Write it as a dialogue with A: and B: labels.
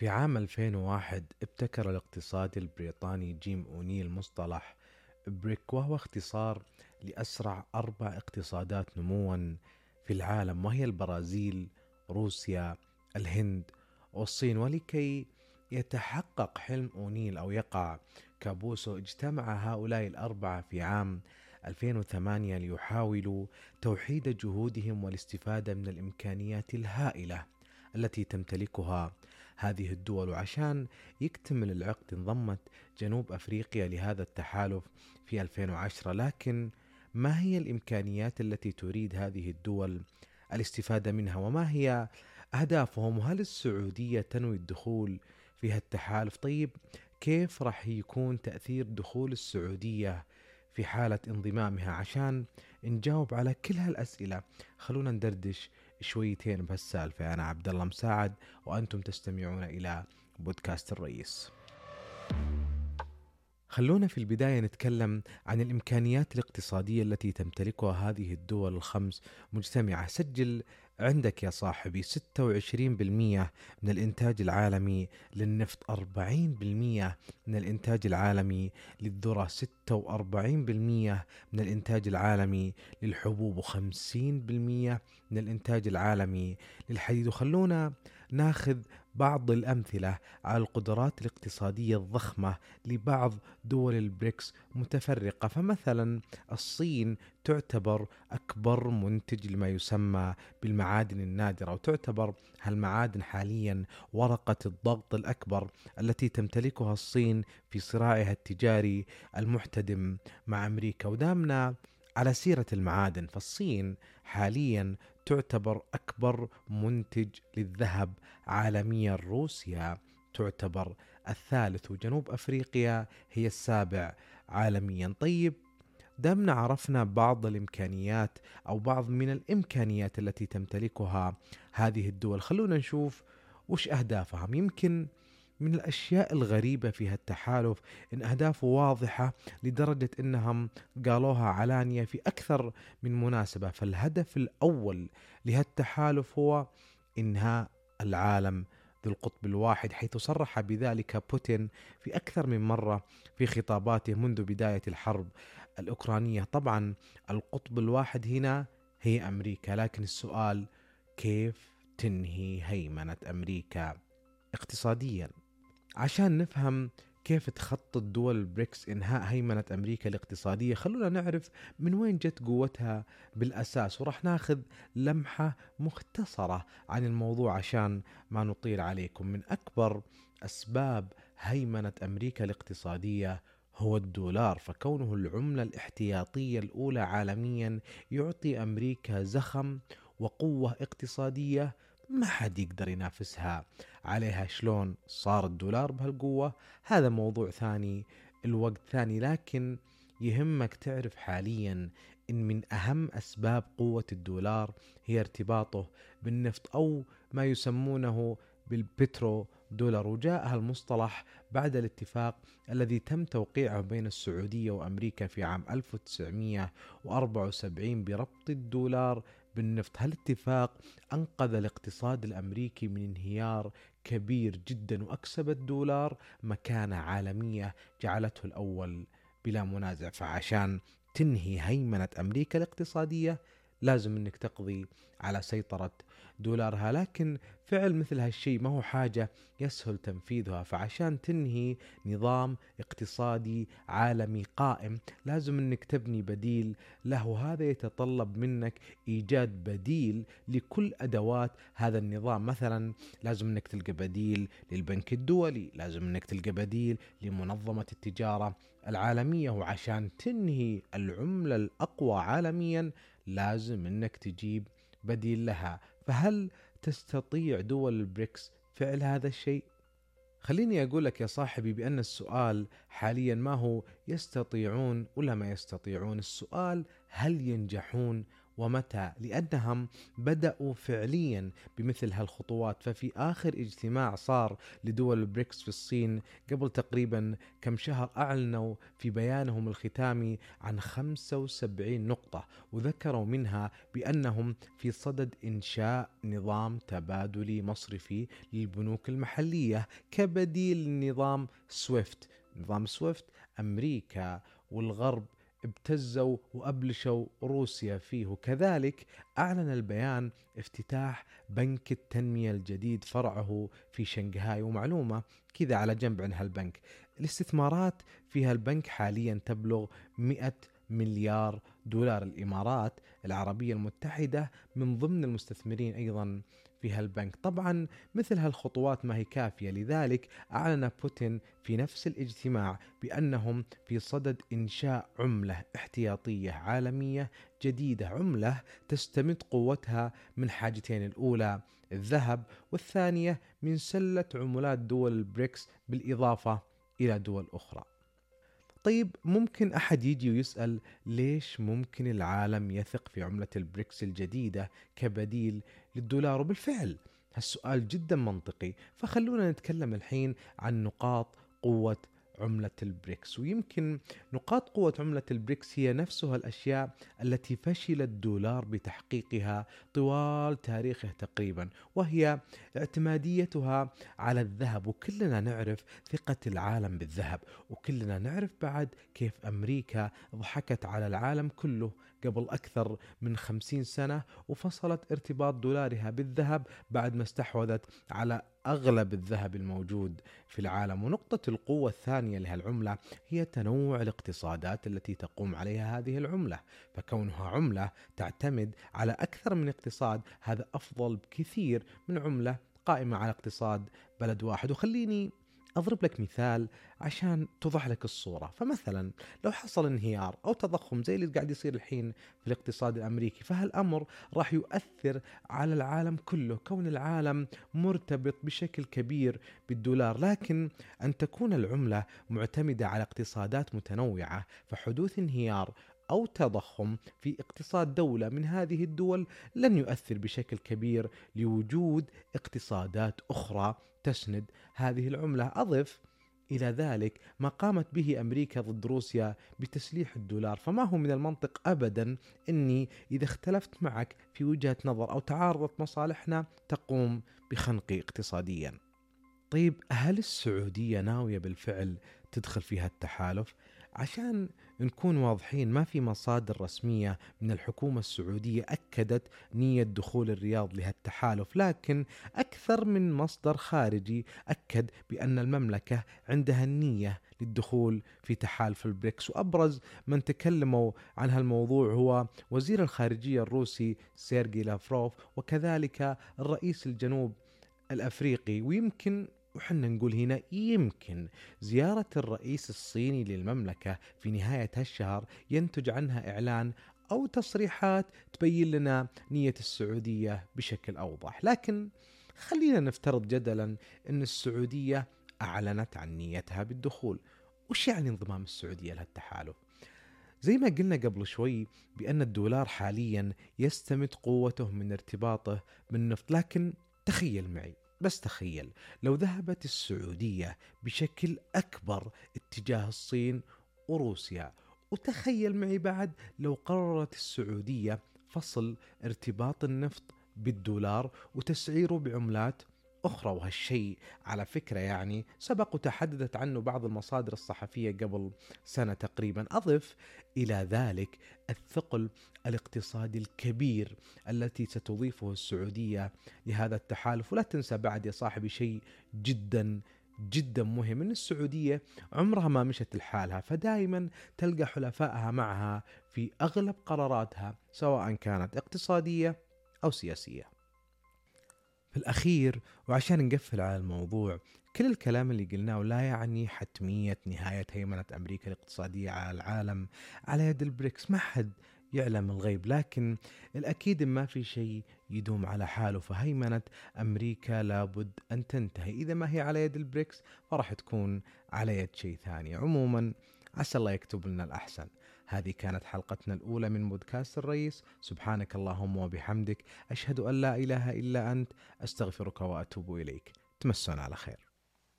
A: في عام 2001 ابتكر الاقتصادي البريطاني جيم أونيل مصطلح بريك، وهو اختصار لأسرع 4 اقتصادات نمواً في العالم، وهي البرازيل، روسيا، الهند والصين. ولكي يتحقق حلم أونيل أو يقع كابوسه، اجتمع هؤلاء الأربعة في عام 2008 ليحاولوا توحيد جهودهم والاستفادة من الإمكانيات الهائلة التي تمتلكها هذه الدول. وعشان يكتمل العقد انضمت جنوب أفريقيا لهذا التحالف في 2010. لكن ما هي الإمكانيات التي تريد هذه الدول الاستفادة منها، وما هي أهدافهم؟ وهل السعودية تنوي الدخول في هالتحالف؟ طيب، كيف راح يكون تأثير دخول السعودية في حالة انضمامها؟ عشان نجاوب على كل هالأسئلة خلونا ندردش شويتين بهالسالفة. أنا عبد الله مساعد، وأنتم تستمعون إلى بودكاست الرئيس. خلونا في البداية نتكلم عن الإمكانيات الاقتصادية التي تمتلكها هذه الدول الخمس مجتمعة. سجل عندك يا صاحبي 26% من الإنتاج العالمي للنفط، 40% من الإنتاج العالمي للذرة، 46% من الإنتاج العالمي للحبوب، و50% من الإنتاج العالمي للحديد. وخلونا ناخذ بعض الأمثلة على القدرات الاقتصادية الضخمة لبعض دول البريكس متفرقة. فمثلا الصين تعتبر أكبر منتج لما يسمى بالمعادن النادرة، وتعتبر هالمعادن حاليا ورقة الضغط الأكبر التي تمتلكها الصين في صراعها التجاري المحتدم مع أمريكا. ودامنا على سيرة المعادن، فالصين حاليا تعتبر أكبر منتج للذهب عالميا، روسيا تعتبر الثالث، وجنوب أفريقيا هي السابع عالميا. طيب، دامنا عرفنا بعض الإمكانيات أو بعض من الإمكانيات التي تمتلكها هذه الدول، خلونا نشوف وش أهدافهم. يمكن من الأشياء الغريبة في هالتحالف إن أهدافه واضحة لدرجة إنهم قالوها علانية في أكثر من مناسبة. فالهدف الأول لهالتحالف هو إنهاء العالم ذو القطب الواحد، حيث صرح بذلك بوتين في أكثر من مرة في خطاباته منذ بداية الحرب الأوكرانية. طبعا القطب الواحد هنا هي أمريكا، لكن السؤال كيف تنهي هيمنة أمريكا اقتصاديا؟ عشان نفهم كيف تخطط دول البريكس إنهاء هيمنة أمريكا الاقتصادية، خلونا نعرف من وين جت قوتها بالأساس، ورح ناخذ لمحة مختصرة عن الموضوع عشان ما نطيل عليكم. من أكبر أسباب هيمنة أمريكا الاقتصادية هو الدولار، فكونه العملة الاحتياطية الأولى عالميا يعطي أمريكا زخم وقوة اقتصادية ما حد يقدر ينافسها عليها. شلون صار الدولار بهالقوة؟ هذا موضوع ثاني الوقت ثاني، لكن يهمك تعرف حاليا إن من أهم أسباب قوة الدولار هي ارتباطه بالنفط، أو ما يسمونه بالبترو دولار. وجاء هالمصطلح بعد الاتفاق الذي تم توقيعه بين السعودية وأمريكا في عام 1974 بربط الدولار بالنفط. هالاتفاق أنقذ الاقتصاد الأمريكي من انهيار كبير جدا، وأكسب الدولار مكانة عالمية جعلته الأول بلا منازع. فعشان تنهي هيمنة أمريكا الاقتصادية لازم أنك تقضي على سيطرة دولارها، لكن فعل مثل هالشيء ما هو حاجة يسهل تنفيذها. فعشان تنهي نظام اقتصادي عالمي قائم لازم أنك تبني بديل له. هذا يتطلب منك إيجاد بديل لكل أدوات هذا النظام. مثلا لازم أنك تلقى بديل للبنك الدولي، لازم أنك تلقى بديل لمنظمة التجارة العالمية، وعشان تنهي العملة الأقوى عالميا لازم أنك تجيب بديل لها. فهل تستطيع دول البريكس فعل هذا الشيء؟ خليني أقول لك يا صاحبي بأن السؤال حاليا ما هو يستطيعون ولا ما يستطيعون، السؤال هل ينجحون ومتى؟ لأنهم بدأوا فعليا بمثل هالخطوات. ففي آخر اجتماع صار لدول البريكس في الصين قبل تقريبا كم شهر، أعلنوا في بيانهم الختامي عن 75 نقطة، وذكروا منها بأنهم في صدد إنشاء نظام تبادلي مصرفي للبنوك المحلية كبديل لنظام سويفت. نظام سويفت أمريكا والغرب ابتزوا وأبلشوا روسيا فيه. وكذلك أعلن البيان افتتاح بنك التنمية الجديد فرعه في شنغهاي. ومعلومة كذا على جنب عن هالبنك، الاستثمارات في هالبنك حاليا تبلغ 100 مليار دولار. الإمارات العربية المتحدة من ضمن المستثمرين أيضا في هالبنك. طبعا مثل هالخطوات ما هي كافية، لذلك أعلن بوتين في نفس الاجتماع بأنهم في صدد إنشاء عملة احتياطية عالمية جديدة، عملة تستمد قوتها من حاجتين: الأولى الذهب، والثانية من سلة عملات دول البريكس بالإضافة إلى دول أخرى. طيب ممكن أحد يجي ويسأل ليش ممكن العالم يثق في عملة البريكس الجديدة كبديل للدولار؟ وبالفعل هالسؤال جدا منطقي. فخلونا نتكلم الحين عن نقاط قوة عملة البريكس. ويمكن نقاط قوة عملة البريكس هي نفسها الأشياء التي فشل الدولار بتحقيقها طوال تاريخه تقريبا، وهي اعتماديتها على الذهب. وكلنا نعرف ثقة العالم بالذهب، وكلنا نعرف بعد كيف أمريكا ضحكت على العالم كله قبل أكثر من 50 سنة وفصلت ارتباط دولارها بالذهب بعد ما استحوذت على أغلب الذهب الموجود في العالم. ونقطة القوة الثانية لهالعملة هي تنوع الاقتصادات التي تقوم عليها هذه العملة. فكونها عملة تعتمد على أكثر من اقتصاد، هذا أفضل بكثير من عملة قائمة على اقتصاد بلد واحد. وخليني أضرب لك مثال عشان توضح لك الصورة. فمثلا لو حصل انهيار أو تضخم زي اللي قاعد يصير الحين في الاقتصاد الأمريكي، فهالأمر راح يؤثر على العالم كله، كون العالم مرتبط بشكل كبير بالدولار. لكن أن تكون العملة معتمدة على اقتصادات متنوعة، فحدوث انهيار أو تضخم في اقتصاد دولة من هذه الدول لن يؤثر بشكل كبير لوجود اقتصادات أخرى تسند هذه العملة. أضف إلى ذلك ما قامت به أمريكا ضد روسيا بتسليح الدولار. فما هو من المنطق أبدا أني إذا اختلفت معك في وجهة نظر أو تعارضت مصالحنا تقوم بخنقي اقتصاديا. طيب هل السعودية ناوية بالفعل تدخل في هالتحالف؟ عشان نكون واضحين، ما في مصادر رسمية من الحكومة السعودية أكدت نية دخول الرياض لهالتحالف، لكن أكثر من مصدر خارجي أكد بأن المملكة عندها النية للدخول في تحالف البريكس. وأبرز من تكلموا عن هالموضوع هو وزير الخارجية الروسي سيرجي لافروف، وكذلك الرئيس الجنوب الأفريقي. ويمكن وحنا نقول هنا يمكن زيارة الرئيس الصيني للمملكة في نهاية هالشهر ينتج عنها إعلان أو تصريحات تبين لنا نية السعودية بشكل أوضح. لكن خلينا نفترض جدلا أن السعودية أعلنت عن نيتها بالدخول. وش يعني انضمام السعودية لهالتحالف؟ زي ما قلنا قبل شوي بأن الدولار حاليا يستمد قوته من ارتباطه بالنفط. لكن تخيل معي، بس تخيل لو ذهبت السعودية بشكل أكبر اتجاه الصين وروسيا، وتخيل معي بعد لو قررت السعودية فصل ارتباط النفط بالدولار وتسعيره بعملات أخرى. وهالشيء على فكرة يعني سبق وتحدثت عنه بعض المصادر الصحفية قبل سنة تقريبا. أضف إلى ذلك الثقل الاقتصادي الكبير التي ستضيفه السعودية لهذا التحالف. ولا تنسى بعد يا صاحبي شيء جدا جدا مهم، ان السعودية عمرها ما مشت لحالها، فدائما تلقى حلفائها معها في اغلب قراراتها سواء كانت اقتصادية او سياسية. في الأخير وعشان نقفل على الموضوع، كل الكلام اللي قلناه لا يعني حتمية نهاية هيمنة أمريكا الاقتصادية على العالم على يد البريكس. ما حد يعلم الغيب، لكن الأكيد ما في شيء يدوم على حاله. فهيمنة أمريكا لابد أن تنتهي، إذا ما هي على يد البريكس فراح تكون على يد شيء ثاني. عموما عسى الله يكتب لنا الأحسن. هذه كانت حلقتنا الأولى من بودكاست الرئيس. سبحانك اللهم وبحمدك، أشهد أن لا إله إلا أنت، أستغفرك وأتوب إليك. تمسونا على خير.